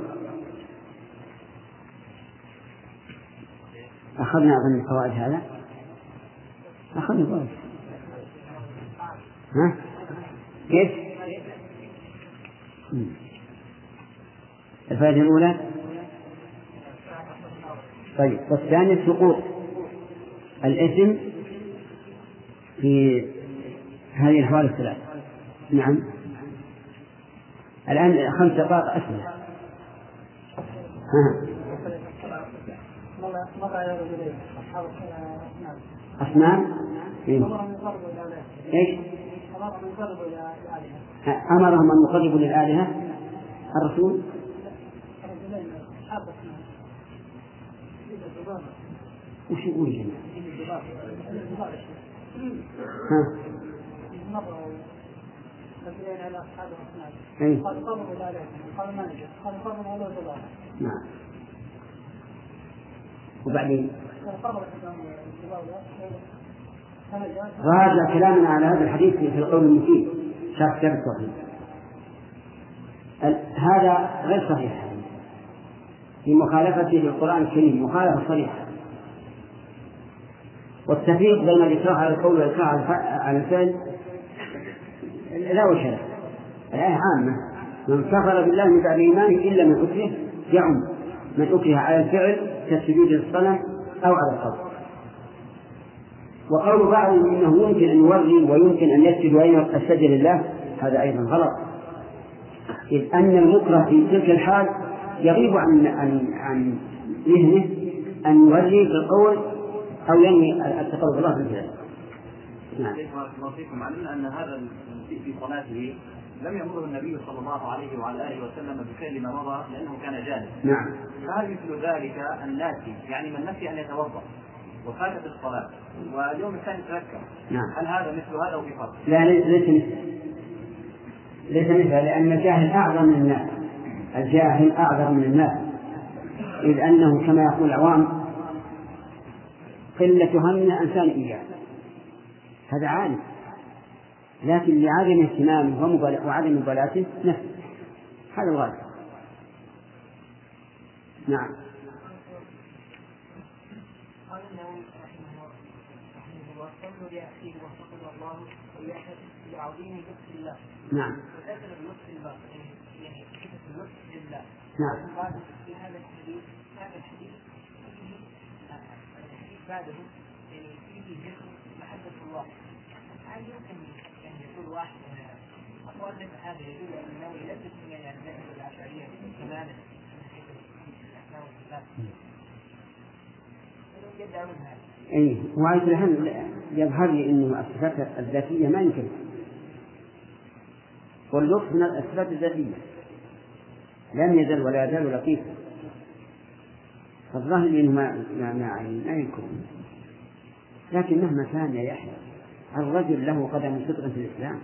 أخذنا أظن الفوائد هذا أخذنا الفوائد ها كيف؟ الفائدة الأولى طيب، والثاني السقوط الإثم في هذه الأحوال الثلاث. نعم. الآن خمس دقائق أسئلة. أصنام إيش؟ أمرهم أن يقربوا للآلهة الرسول. وش يقول هنا؟ ها؟ نعم. وبعدين راجع كلامنا على هذا الحديث في القول المفيد شرح كتاب التوحيد. هذا غير صحيح في مخالفته للقرآن الكريم مخالفة صريحة، والتفريق بين الإكراه على القول والإكراه على الفعل لا وجه له. الآية عامة: من كفر بالله من بعد إيمانه إلا من أكره، يعم من أكره على الفعل كالسجود للصنم أو على القول. وقول بعضهم إنه يمكن أن يوري ويمكن أن يسجد ويسجد لله هذا أيضا غلط، إذ أن المكره في تلك الحال يغيب عن عن عن ذهنه أن يوري في القول أو ينوي التقرب الله بالفعل. نعم. وفيكم علمنا أن هذا في صلاته لم يأمره النبي صلى الله عليه وعلى آله وسلم بفعل ما مضى لأنه كان جاهلا. نعم. فهل مثل ذلك الناسي، يعني من نسي أن يتوضأ وفاتت الصلاة واليوم الثاني تذكر، نعم. هل هذا مثل هذا أو بفرق؟ لا، ليس مثل ليس مثل لأن الجاهل أعظم من الناس. الجاهل أعظم من الناس، إذ أنه كما يقول العوام قلة همنا أنسان إياه، هذا عالم، لكن لعدم اهتمامه وعدم مبالاته نفسه، هذا الغالب. نعم. قال النووي رحمه الله: صلوا لأخيه وفقد الله ويحفظ بعظيم لطف الله. نعم. وذكر بلطف الله يعني كيف اللطف لله. نعم. قال في هذا الحديث هذا الحديث فيه الحديث بعده يعني فيه ذكر محبة الله. هل يمكن أن يقول واحد أقوال مثل هذا يدل على أنه يلبس يعني على المذهب الأشعرية تماما من حيث الأسماء والصفات؟ أي وعلى الهم يظهر لي أنه الصفات الذاتية ما يمكن، واللطف من الصفات الذاتية لم يزل ولا يزال لطيفا، فالظاهر أنه ما ما ما يمكن. لكن مهما كان يا يحيى الرجل له قدم صدق في الإسلام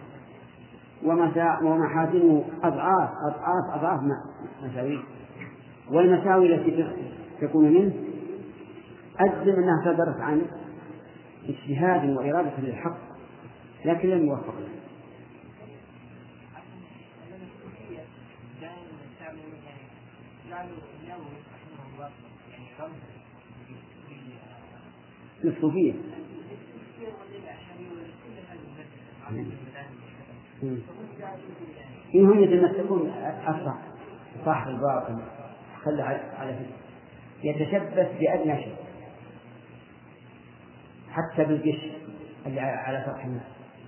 ومحاسنه أضعاف أضعاف أضعاف مساويه، والمساوي التي تكون منه أجزم أنها صدرت عن اجتهاد وإرادة للحق لكن لم يوفق له. الصوفية إنهم يتمسكون أصح صاحب الباطل خلى على فكرة يتشبث بأدنى شيء حتى بالجش اللي على سطح الناس،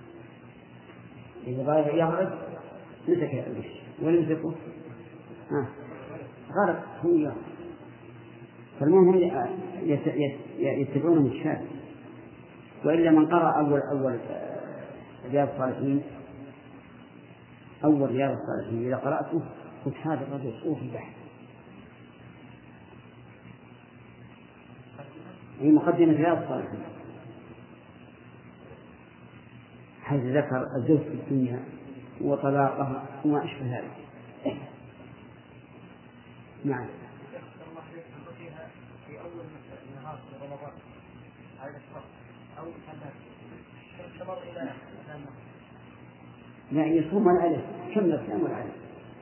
إذا بغى يغرق مسك الجش ويمسكه آه. غرق هو يغرق. فالمهم يتبعون الشاب، وإلا من قرأ أول أول رياض الصالحين أول رياض الصالحين إذا قرأته قلت هذا الرجل صوفي بحت. هي مقدمة رياض الصالحين حيث ذكر الزهد في الدنيا وطلاقها وما أشبه ذلك. نعم. في أول النهار في رمضان على الشرط أو استمر إلى لا يصوم الألف كم الصيام والعلف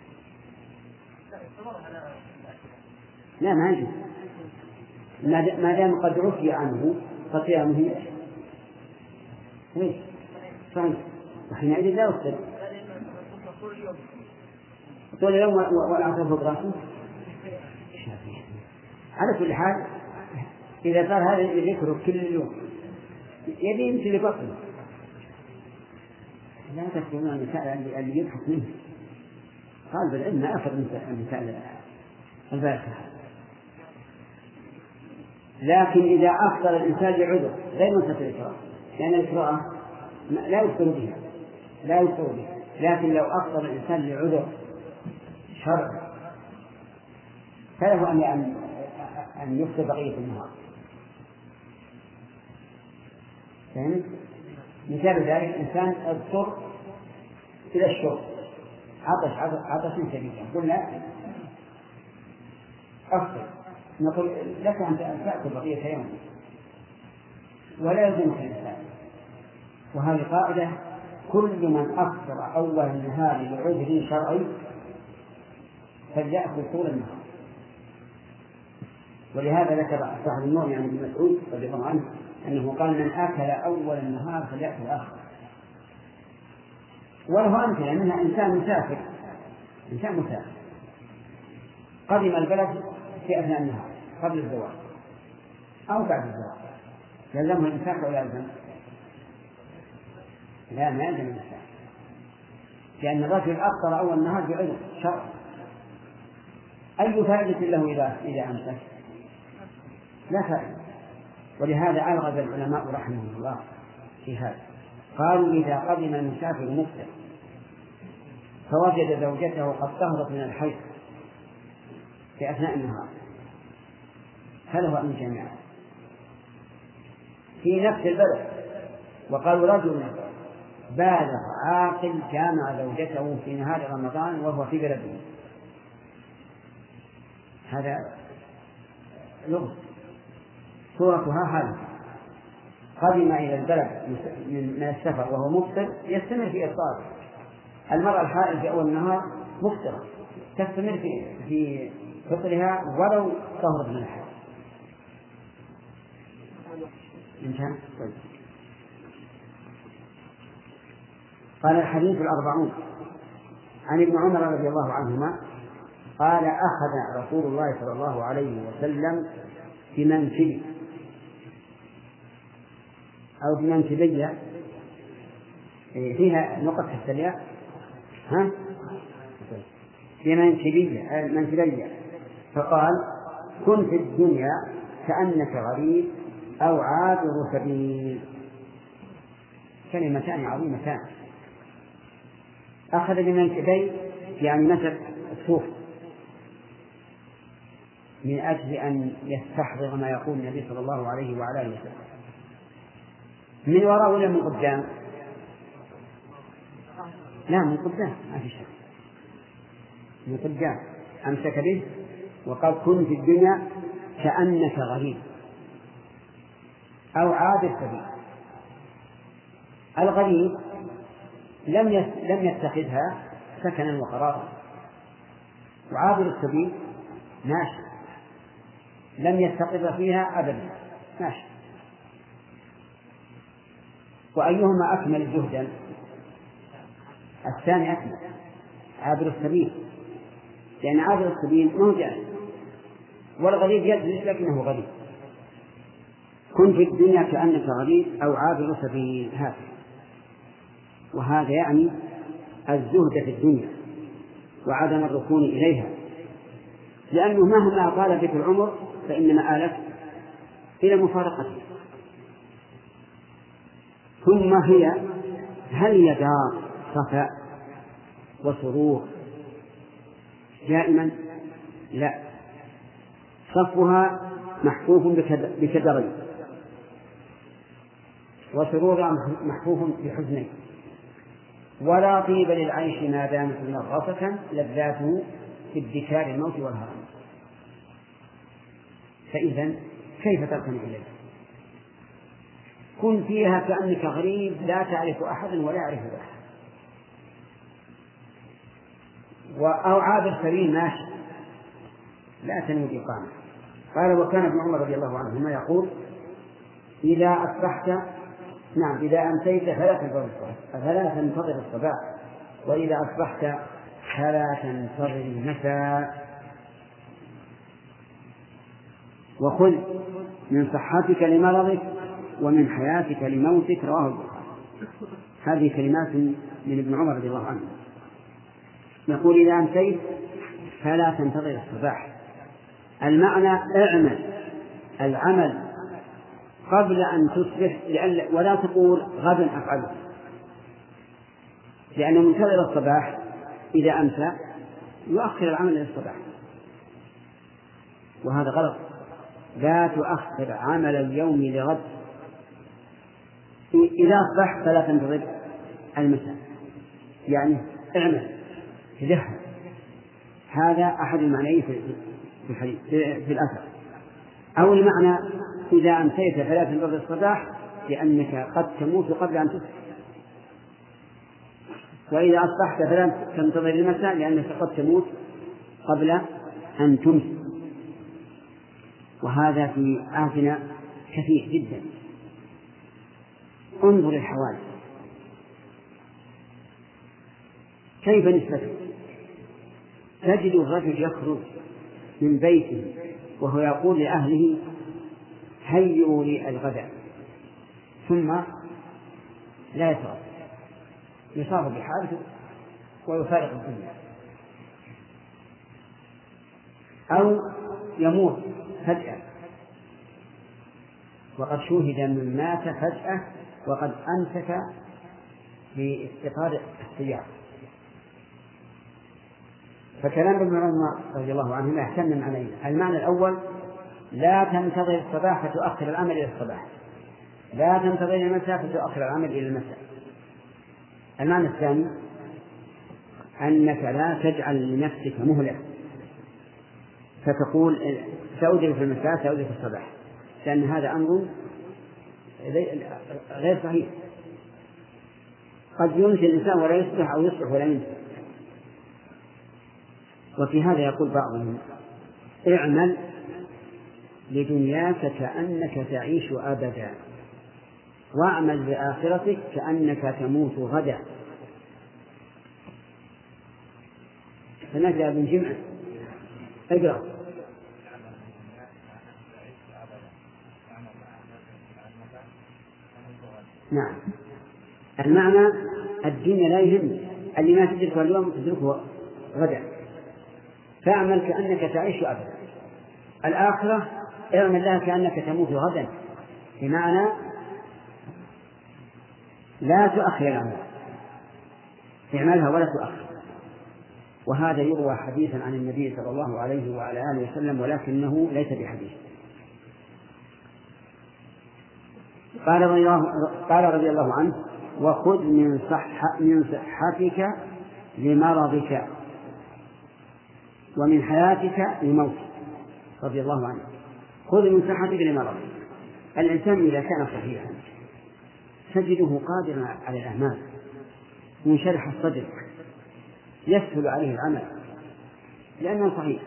لا ما يجوز ما دام قد عفي عنه فصيامه ايش صحيح وحينئذ لا يفطر طول اليوم والعصر فوق راسه. على كل حال إذا صار هذا ذكره كل يوم يبي يمشي لبطنه. لا تكتمون النساء اللي يضحك منه. قال بالعلم ما أخذ النساء البارحة. لكن إذا أفطر الإنسان لعذر غير منصف الإكراه، لأن الإكراه لا يفطر بها لا يفطر بها لكن لو أفطر الإنسان لعذر شرعي فله أن أن يفطر بقية النهار. فهمت؟ مثال ذلك إنسان اضطر إلى الشرب، عطش عطش شديدا، قلنا أفطر، نقول لك أن تأكل بقية يوم ولا يلزمك الإنسان. وهذه قاعدة: كل من أفطر أول النهار لعذر شرعي فليأكل طول النهار. ولهذا ذكر صاحب النور عن ابن مسعود رضي الله عنه أنه قال: من أكل أول النهار فليأكل آخر. وله أمثلة منها إنسان مسافر إنسان مسافر قدم البلد في أثناء النهار قبل الزواج أو بعد الزواج، يلزمه الإمساك ولا يلزم؟ لا، ما يلزم الإمساك، لأن الرجل أفطر أول النهار بعذر شرعي. أي فائدة له إذا إذا أمسك؟ لا فائدة. ولهذا ألغز العلماء رحمهم الله في هذا، قالوا: إذا قدم المسافر مفطر فوجد زوجته قد طهرت من الحيض في أثناء النهار فله أن يجامع في نفس البلد. وقالوا: رجل بالغ عاقل جامع زوجته في نهار رمضان وهو في بلده، هذا لغز. صورتها هذه: قدم إلى البلد من السفر وهو مفطر يستمر في إفطاره. المرأة الحائض في أول النهار مفطرة تستمر في في فطرها ولو طهرت من الحيض. انتهى. قال: الحديث الأربعون عن ابن عمر رضي الله عنهما قال: أخذ رسول الله صلى الله عليه وسلم بمنكبي أو بمنكبي، فيها نقطة حتى الياء، ها بمنكبي منكبي، فقال: كن في الدنيا كأنك غريب أو عابر سبيل. كلمتان عظيمتان. أخذ بمنكبي يعني مسك الصوف من أجل أن يستحضر ما يقول النبي صلى الله عليه وعلى آله وسلم. من وراء ولا من قدام؟ لا، من قدام، ما في شك، من قدام. أمسك به وقال: كن في الدنيا كأنك غريب أو عابر سبيل. الغريب لم لم يتخذها سكنا وقرارا، وعابر السبيل ماشي لم يستقر فيها أبدا ماشي. وأيهما أكمل جهدا؟ الثاني أكمل، عابر السبيل، لأن عابر السبيل ما هو جاهل، والغريب يجلس لكنه غريب. كن في الدنيا كأنك غريب أو عابر سبيل، هكذا. وهذا يعني الزهد في الدنيا وعدم الركون إليها، لأنه مهما طال بك العمر فإنما آلت إلى مفارقته. ثم هي هل هي دار صفاء وسرور دائما؟ لا، صفها محفوف بكدرين وسرورها محفوف بحزنين. ولا طيب للعيش ما دامت منغصة لذاته في ادكار الموت والهرم. فإذا كيف تركن إليه؟ كن فيها كأنك غريب لا تعرف أحدا ولا يعرف أحد، أو عابر سبيل ماشي لا تنوي الإقامة. قال: وكان ابن عمر رضي الله عنهما يقول: إذا أصبحت نعم إذا أمسيت فلا تنتظر الصباح فلا تنتظر الصباح وإذا أصبحت فلا تنتظر المساء. وخذ من صحتك لمرضك ومن حياتك لموتك، رواه البخاري. هذه كلمات من ابن عمر رضي الله عنه. يقول إذا أمسيت فلا تنتظر الصباح. المعنى اعمل العمل قبل أن تصبح، ولا تقول غدا أفعله، لأن منتظر الصباح إذا أمسى يؤخر العمل إلى الصباح، وهذا غلط. لا تؤخر عمل اليوم لغد. إذا أصبح فلا تنتظر المساء، يعني اعمل تجهز. هذا أحد المعنيين في الحديث في الأثر. أو المعنى إذا أمسيت فلا تنتظر الصباح لأنك قد تموت قبل أن تصبح، وإذا أصبحت فلا تنتظر المساء لأنك قد تموت قبل أن تمسي. وهذا في عهدنا كثير جدا. انظر الحوادث كيف نسبته. تجد الرجل يخرج من بيته وهو يقول لأهله هيئوا لي الغداء، ثم لا يترك، يصاب بحادث ويفارق الدنيا، أو يموت فجأة وقد شوهد من مات فجأة وقد أمسك في استقرار السيارة. فكلام ابن عمر رضي الله عنهما يحتمل معنيين. المعنى الأول لا تنتظر الصباح فتؤخر العمل إلى الصباح، لا تنتظر المساء فتؤخر العمل إلى المساء. المعنى الثاني أنك لا تجعل لنفسك مهلة فتقول سأدرك في المساء سأدرك في الصباح، لأن هذا أمر غير صحيح. قد يمسي الإنسان ولا يصبح أو يصبح ولا يمسي. وفي هذا يقول بعضهم اعمل لدنياك كأنك تعيش أبدا، واعمل لآخرتك كأنك تموت غدا. فنجد ابن جمع اقرأ. نعم، المعنى الدنيا لا يهم، اللي ما تدركه اليوم تدركه غدا، فاعمل كأنك تعيش أبدا. الآخرة اعمل لها كأنك تموت غدا، بمعنى لا تؤخر العمل، اعملها ولا تؤخر. وهذا يروى حديثا عن النبي صلى الله عليه وعلى آله وسلم ولكنه ليس بحديث. قال رضي الله, قال رضي الله عنه وخذ من, صح من صحتك لمرضك ومن حياتك لموتك. رضي الله عنه خذ من صحتك لمرضك. الإنسان إذا كان صحيحا تجده قادرا على الأعمال منشرح الصدر يسهل عليه العمل لأنه صحيح.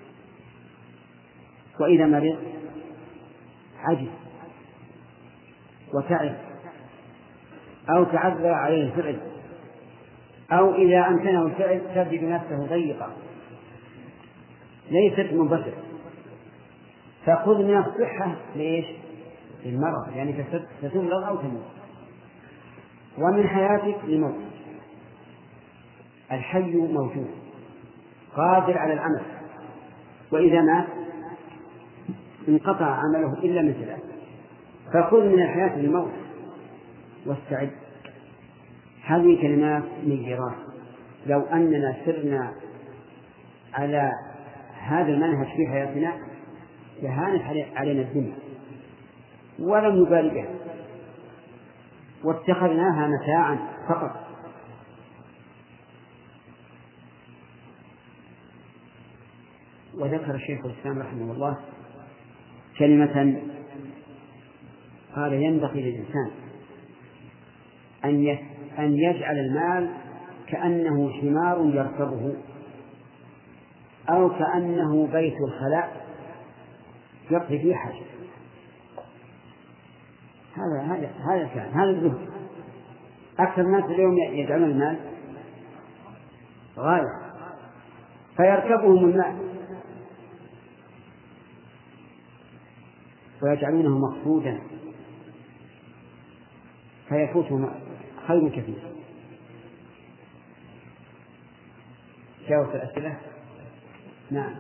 وإذا مرض عجز وتعب أو تعذر عليه الفعل، أو إذا أمكنه الفعل تجد نفسه ضيقا ليست منبسط. فخذ من الصحة ليش؟ للمرض، يعني ستمرض أو تموت. ومن حياتك لموت. الحي موجود قادر على العمل، وإذا مات انقطع عمله إلا من ثلاث. فخذ من الحياة للموت واستعد. هذه كلمات نيرات. لو أننا سرنا على هذا المنهج في حياتنا لهانت علينا الدنيا ولم نبالي بها واتخذناها متاعا فقط. وذكر الشيخ الإسلام رحمه الله كلمة قال ينبغي للإنسان أن يجعل المال كأنه حمار يركبه أو كأنه بيت الخلاء يقضي فيه حاجة. هذا هذا هذا كان هذا الزهد. أكثر الناس اليوم يجعلون المال غاية فيركبهم المال ويجعلونه مقصودا فيفوتهم خير كثير. جاوبت الأسئلة؟ نعم.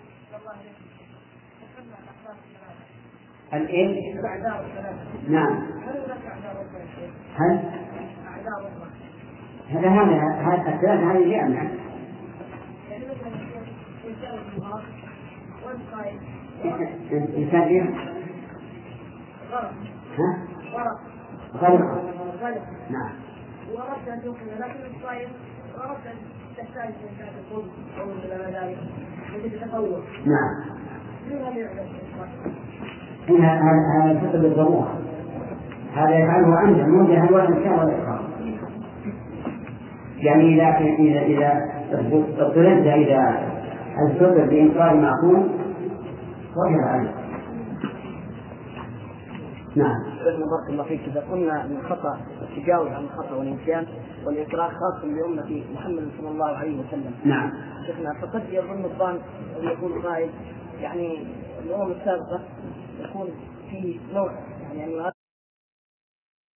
الإيه؟ نعم. هل؟ هذا هذا هذا الثلاثة هذه جاء معه. إنسان إيه؟ ها؟ غرق. نعم. وأردت أن يوقف لكن الصائم وأردت أن تحتاج إنسان الخبز أو إلى ذلك يجب التطور. نعم. هذا الفقه بالضرورة، هذا يفعله أنت مو جهل ولا إنكار ولا إكراه. يعني إذا إذا إذا اضطررت إذا الفقه بإنكار معقول وجب عليه. نعم. بارك الله فيك. إذا قلنا أن الخطأ التجاوز عن الخطأ والنسيان والإكراه خاص بأمة محمد صلى الله عليه وسلم. نعم. شيخنا فقد يظن الظان أن يكون قائل يعني الأمم السابقة يكون في نوع يعني